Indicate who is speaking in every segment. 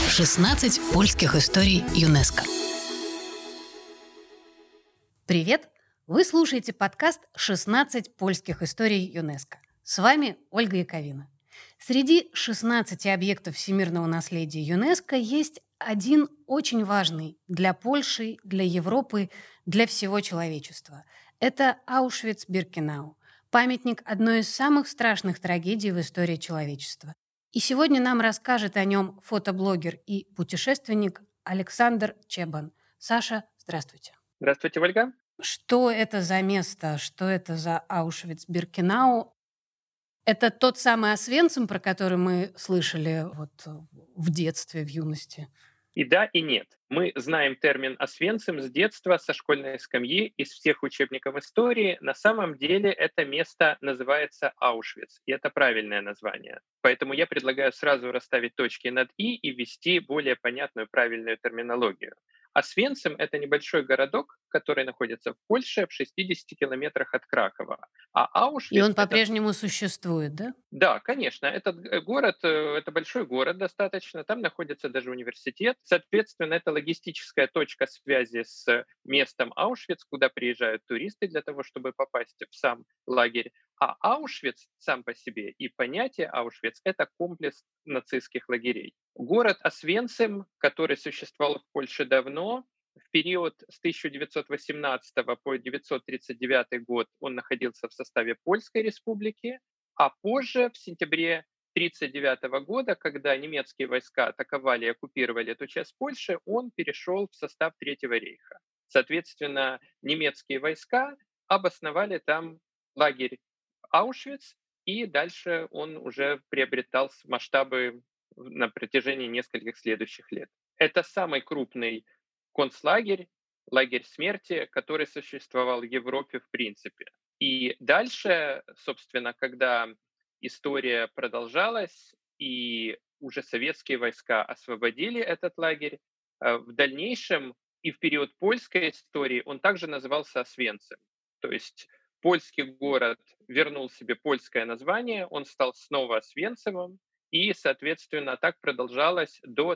Speaker 1: 16 польских историй ЮНЕСКО. Привет! Вы слушаете подкаст «16 польских историй ЮНЕСКО». С вами Ольга Яковина. Среди 16 объектов всемирного наследия ЮНЕСКо есть один очень важный для Польши, для Европы, для всего человечества. Это Аушвиц-Биркенау, памятник одной из самых страшных трагедий в истории человечества. И сегодня нам расскажет о нем фотоблогер и путешественник Александр Чебан. Саша, здравствуйте.
Speaker 2: Здравствуйте, Ольга.
Speaker 1: Что это за место? Что это за Аушвиц-Биркенау? Это тот самый Освенцим, про который мы слышали в детстве, в юности?
Speaker 2: И да, и нет. Мы знаем термин «Освенцим» с детства, со школьной скамьи, из всех учебников истории. На самом деле это место называется Аушвиц, и это правильное название. Поэтому я предлагаю сразу расставить точки над «и» ввести более понятную правильную терминологию. Освенцим — это небольшой городок, который находится в Польше в 60 километрах от Кракова. А
Speaker 1: И он
Speaker 2: Аушвиц — это...
Speaker 1: по-прежнему существует, да?
Speaker 2: Да, конечно, этот город, это большой город достаточно, там находится даже университет. Соответственно, это логистическая точка связи с местом Аушвиц, куда приезжают туристы для того, чтобы попасть в сам лагерь. А Аушвиц сам по себе и понятие Аушвиц — это комплекс нацистских лагерей. Город Освенцим, который существовал в Польше давно, в период с 1918 по 1939 год он находился в составе Польской республики, а позже, в сентябре 1939 года, когда немецкие войска атаковали и оккупировали эту часть Польши, он перешел в состав Третьего рейха. Соответственно, немецкие войска обосновали там лагерь Аушвиц, и дальше он уже приобретал масштабы на протяжении нескольких следующих лет. Это самый крупный концлагерь, лагерь смерти, который существовал в Европе в принципе. И дальше, собственно, когда история продолжалась, и уже советские войска освободили этот лагерь, в дальнейшем и в период польской истории он также назывался Освенцим. То есть польский город вернул себе польское название, он стал снова Освенцимом, и, соответственно, так продолжалось до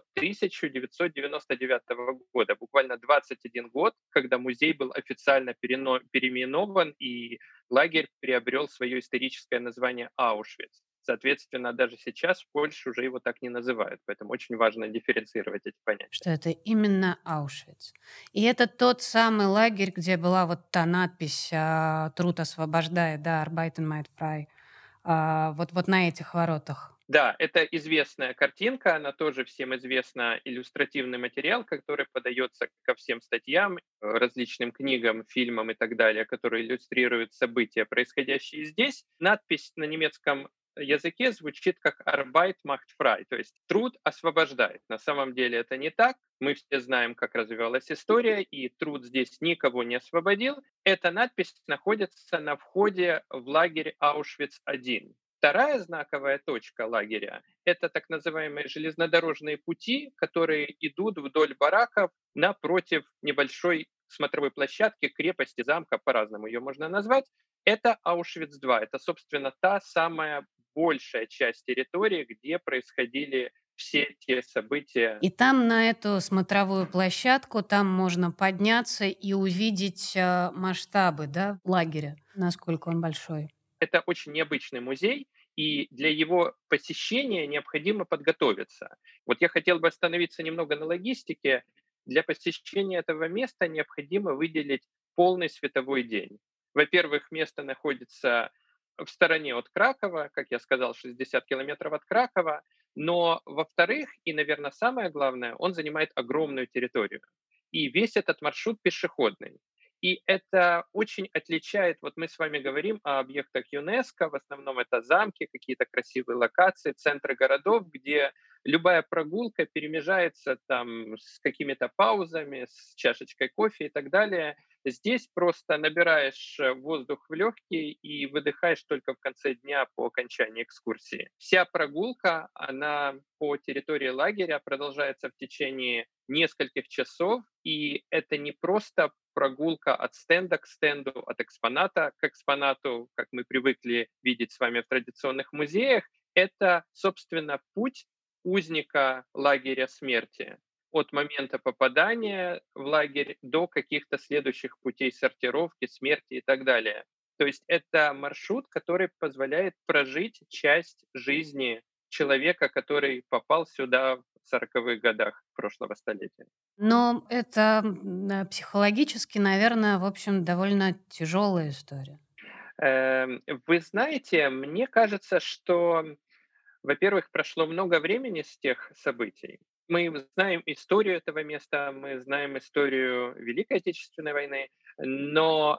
Speaker 2: 1999 года, буквально 21 год, когда музей был официально переименован, и лагерь приобрел свое историческое название Аушвиц. Соответственно, даже сейчас в Польше уже его так не называют, поэтому очень важно дифференцировать эти понятия.
Speaker 1: Что это именно Аушвиц. И это тот самый лагерь, где была вот та надпись «Труд освобождает», да, «Arbeiten macht frei», вот на этих воротах.
Speaker 2: Да, это известная картинка, она тоже всем известна, иллюстративный материал, который подается ко всем статьям, различным книгам, фильмам и так далее, которые иллюстрируют события, происходящие здесь. Надпись на немецком языке звучит как «Arbeit macht frei», то есть «труд освобождает». На самом деле это не так. Мы все знаем, как развивалась история, и труд здесь никого не освободил. Эта надпись находится на входе в лагерь Аушвиц-1. Вторая знаковая точка лагеря — это так называемые железнодорожные пути, которые идут вдоль бараков напротив небольшой смотровой площадки, крепости, замка, по-разному ее можно назвать. Это Аушвиц-2. Это, собственно, та самая большая часть территории, где происходили все те события.
Speaker 1: И там на эту смотровую площадку, там можно подняться и увидеть масштабы, да, лагеря, насколько он большой.
Speaker 2: Это очень необычный музей, и для его посещения необходимо подготовиться. Вот я хотел бы остановиться немного на логистике. Для посещения этого места необходимо выделить полный световой день. Во-первых, место находится в стороне от Кракова, как я сказал, 60 километров от Кракова, но, во-вторых, и, наверное, самое главное, он занимает огромную территорию. И весь этот маршрут пешеходный. И это очень отличает, вот мы с вами говорим о объектах ЮНЕСКО, в основном это замки, какие-то красивые локации, центры городов, где любая прогулка перемежается там с какими-то паузами, с чашечкой кофе и так далее. Здесь просто набираешь воздух в легкие и выдыхаешь только в конце дня по окончании экскурсии. Вся прогулка, она по территории лагеря продолжается в течение нескольких часов, и это не просто прогулка от стенда к стенду, от экспоната к экспонату, как мы привыкли видеть с вами в традиционных музеях. Это, собственно, путь узника лагеря смерти от момента попадания в лагерь до каких-то следующих путей сортировки, смерти и так далее. То есть это маршрут, который позволяет прожить часть жизни человека, который попал сюда в 40-х годах прошлого столетия.
Speaker 1: Но это, психологически, наверное, в общем, довольно тяжелая история.
Speaker 2: Вы знаете, мне кажется, что, во-первых, прошло много времени с тех событий. Мы знаем историю этого места, мы знаем историю Великой Отечественной войны, но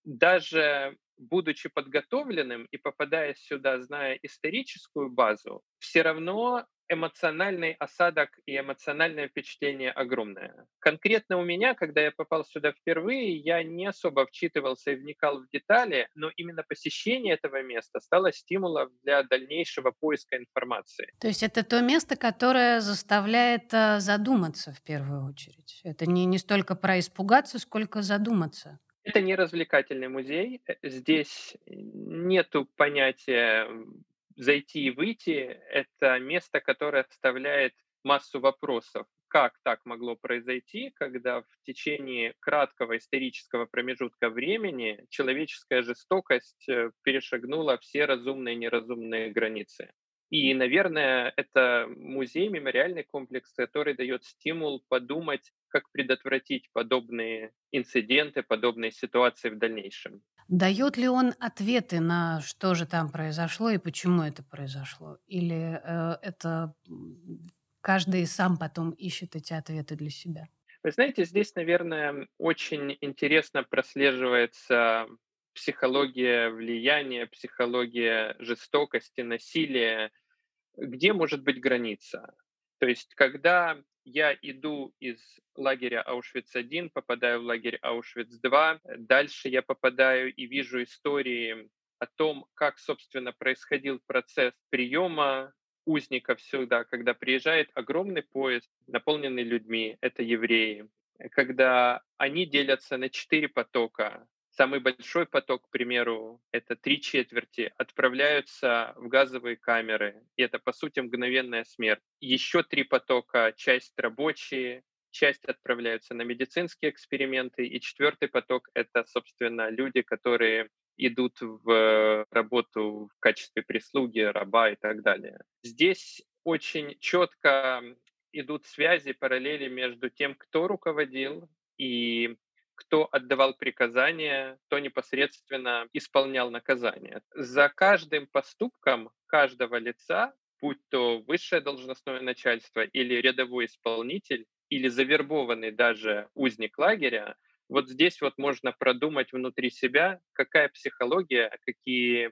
Speaker 2: даже будучи подготовленным и попадая сюда, зная историческую базу, все равно эмоциональный осадок и эмоциональное впечатление огромное. Конкретно у меня, когда я попал сюда впервые, я не особо вчитывался и вникал в детали, но именно посещение этого места стало стимулом для дальнейшего поиска информации.
Speaker 1: То есть это то место, которое заставляет, задуматься в первую очередь. Это не столько про испугаться, сколько задуматься.
Speaker 2: Это не развлекательный музей. Здесь нету понятия зайти и выйти. Это место, которое оставляет массу вопросов. Как так могло произойти, когда в течение краткого исторического промежутка времени человеческая жестокость перешагнула все разумные и неразумные границы? И, наверное, это музей, мемориальный комплекс, который дает стимул подумать, как предотвратить подобные инциденты, подобные ситуации в дальнейшем.
Speaker 1: Дает ли он ответы на что же там произошло и почему это произошло? Или, это, каждый сам потом ищет эти ответы для себя?
Speaker 2: Вы знаете, здесь, наверное, очень интересно прослеживается психология влияния, психология жестокости, насилия. Где может быть граница? То есть, когда я иду из лагеря Аушвиц-1, попадаю в лагерь Аушвиц-2, дальше я попадаю и вижу истории о том, как, собственно, происходил процесс приема узников сюда, когда приезжает огромный поезд, наполненный людьми, это евреи, когда они делятся на 4 потока. Самый большой поток, к примеру, это 3 четверти, отправляются в газовые камеры, и это, по сути, мгновенная смерть. Еще 3 потока, часть рабочие, часть отправляются на медицинские эксперименты, и четвертый поток — это, собственно, люди, которые идут в работу в качестве прислуги, раба и так далее. Здесь очень четко идут связи, параллели между тем, кто руководил и кто отдавал приказания, кто непосредственно исполнял наказание. За каждым поступком каждого лица, будь то высшее должностное начальство или рядовой исполнитель, или завербованный даже узник лагеря, вот здесь вот можно продумать внутри себя, какая психология, какие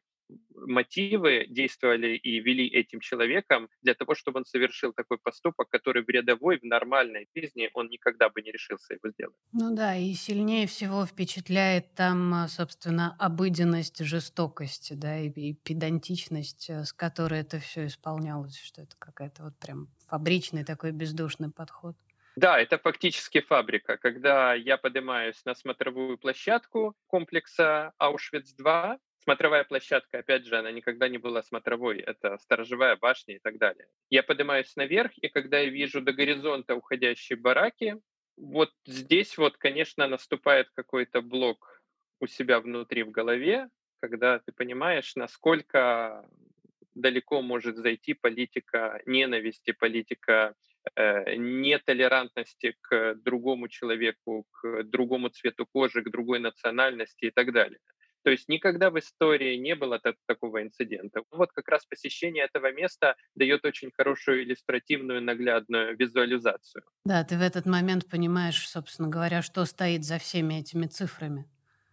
Speaker 2: мотивы действовали и вели этим человеком для того, чтобы он совершил такой поступок, который в рядовой, в нормальной жизни он никогда бы не решился его сделать.
Speaker 1: Ну да, и сильнее всего впечатляет там, собственно, обыденность жестокости, да, и педантичность, с которой это все исполнялось, что это какая-то вот прям фабричный такой бездушный подход.
Speaker 2: Да, это фактически фабрика. Когда я поднимаюсь на смотровую площадку комплекса Аушвиц-2, смотровая площадка, опять же, она никогда не была смотровой, это сторожевая башня и так далее. Я поднимаюсь наверх, и когда я вижу до горизонта уходящие бараки, вот здесь вот, конечно, наступает какой-то блок у себя внутри в голове, когда ты понимаешь, насколько далеко может зайти политика ненависти, политика нетолерантности к другому человеку, к другому цвету кожи, к другой национальности и так далее. То есть никогда в истории не было такого инцидента. Вот как раз посещение этого места дает очень хорошую иллюстративную наглядную визуализацию.
Speaker 1: Да, ты в этот момент понимаешь, собственно говоря, что стоит за всеми этими цифрами.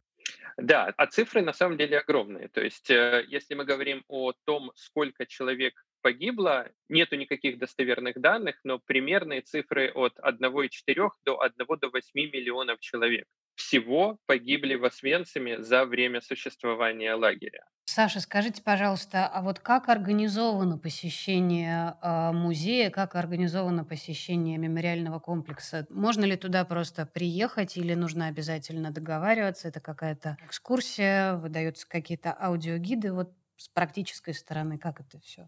Speaker 2: Да, а цифры на самом деле огромные. То есть, если мы говорим о том, сколько человек погибло, нету никаких достоверных данных, но примерные цифры от 1,4 до 1 до 8 миллионов человек всего погибли в Освенциме за время существования лагеря.
Speaker 1: Саша, скажите, пожалуйста, а вот как организовано посещение, музея, как организовано посещение мемориального комплекса? Можно ли туда просто приехать или нужно обязательно договариваться? Это какая-то экскурсия, выдаются какие-то аудиогиды? Вот с практической стороны как это все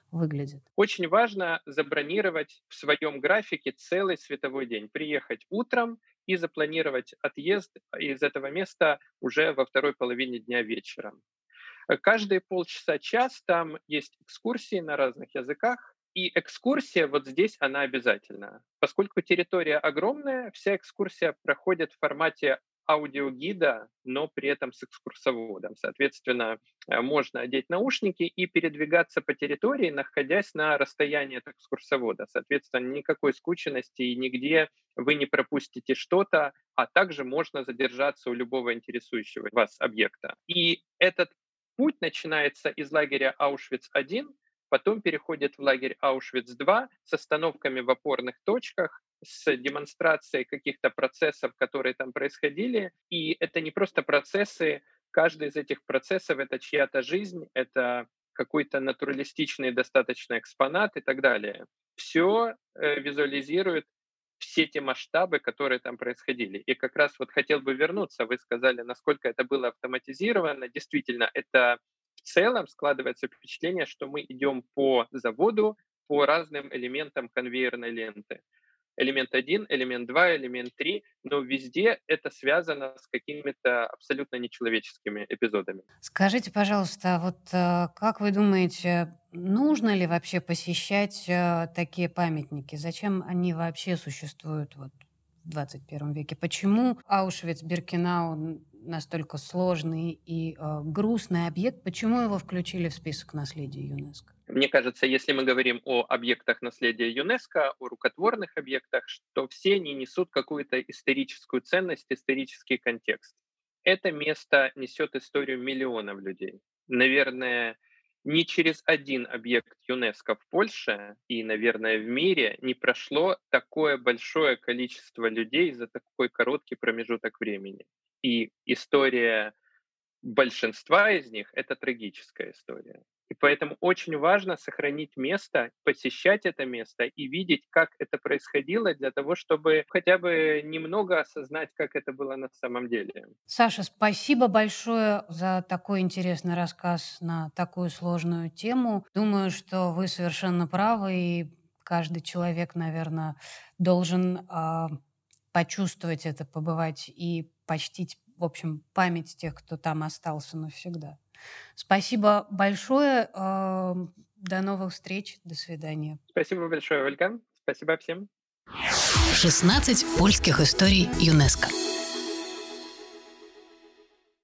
Speaker 1: выглядит?
Speaker 2: Очень важно забронировать в своем графике целый световой день, приехать утром и запланировать отъезд из этого места уже во второй половине дня вечером. Каждые полчаса-час там есть экскурсии на разных языках, и экскурсия вот здесь, она обязательна. Поскольку территория огромная, вся экскурсия проходит в формате аудиогида, но при этом с экскурсоводом. Соответственно, можно одеть наушники и передвигаться по территории, находясь на расстоянии от экскурсовода. Соответственно, никакой скученности и нигде вы не пропустите что-то, а также можно задержаться у любого интересующего вас объекта. И этот путь начинается из лагеря Аушвиц-1, потом переходит в лагерь Аушвиц-2 с остановками в опорных точках, с демонстрацией каких-то процессов, которые там происходили. И это не просто процессы, каждый из этих процессов — это чья-то жизнь, это какой-то натуралистичный достаточно экспонат и так далее. Все визуализирует все те масштабы, которые там происходили. И как раз вот хотел бы вернуться, вы сказали, насколько это было автоматизировано. Действительно, это в целом складывается впечатление, что мы идем по заводу, по разным элементам конвейерной ленты. Элемент 1, элемент 2, элемент 3, но везде это связано с какими-то абсолютно нечеловеческими эпизодами.
Speaker 1: Скажите, пожалуйста, а вот как вы думаете, нужно ли вообще посещать такие памятники? Зачем они вообще существуют вот в 21 веке? Почему Аушвиц-Биркенау настолько сложный и грустный объект? Почему его включили в список наследия ЮНЕСКО?
Speaker 2: Мне кажется, если мы говорим о объектах наследия ЮНЕСКО, о рукотворных объектах, что все они несут какую-то историческую ценность, исторический контекст. Это место несет историю миллионов людей. Наверное, ни через один объект ЮНЕСКО в Польше и, наверное, в мире не прошло такое большое количество людей за такой короткий промежуток времени. И история большинства из них — это трагическая история. И поэтому очень важно сохранить место, посещать это место и видеть, как это происходило, для того, чтобы хотя бы немного осознать, как это было на самом деле.
Speaker 1: Саша, спасибо большое за такой интересный рассказ на такую сложную тему. Думаю, что вы совершенно правы, и каждый человек, наверное, должен почувствовать это, побывать и почтить, в общем, память тех, кто там остался навсегда. Спасибо большое. До новых встреч. До свидания.
Speaker 2: Спасибо большое, Ольга. Спасибо всем.
Speaker 1: 16 польских историй ЮНЕСКО.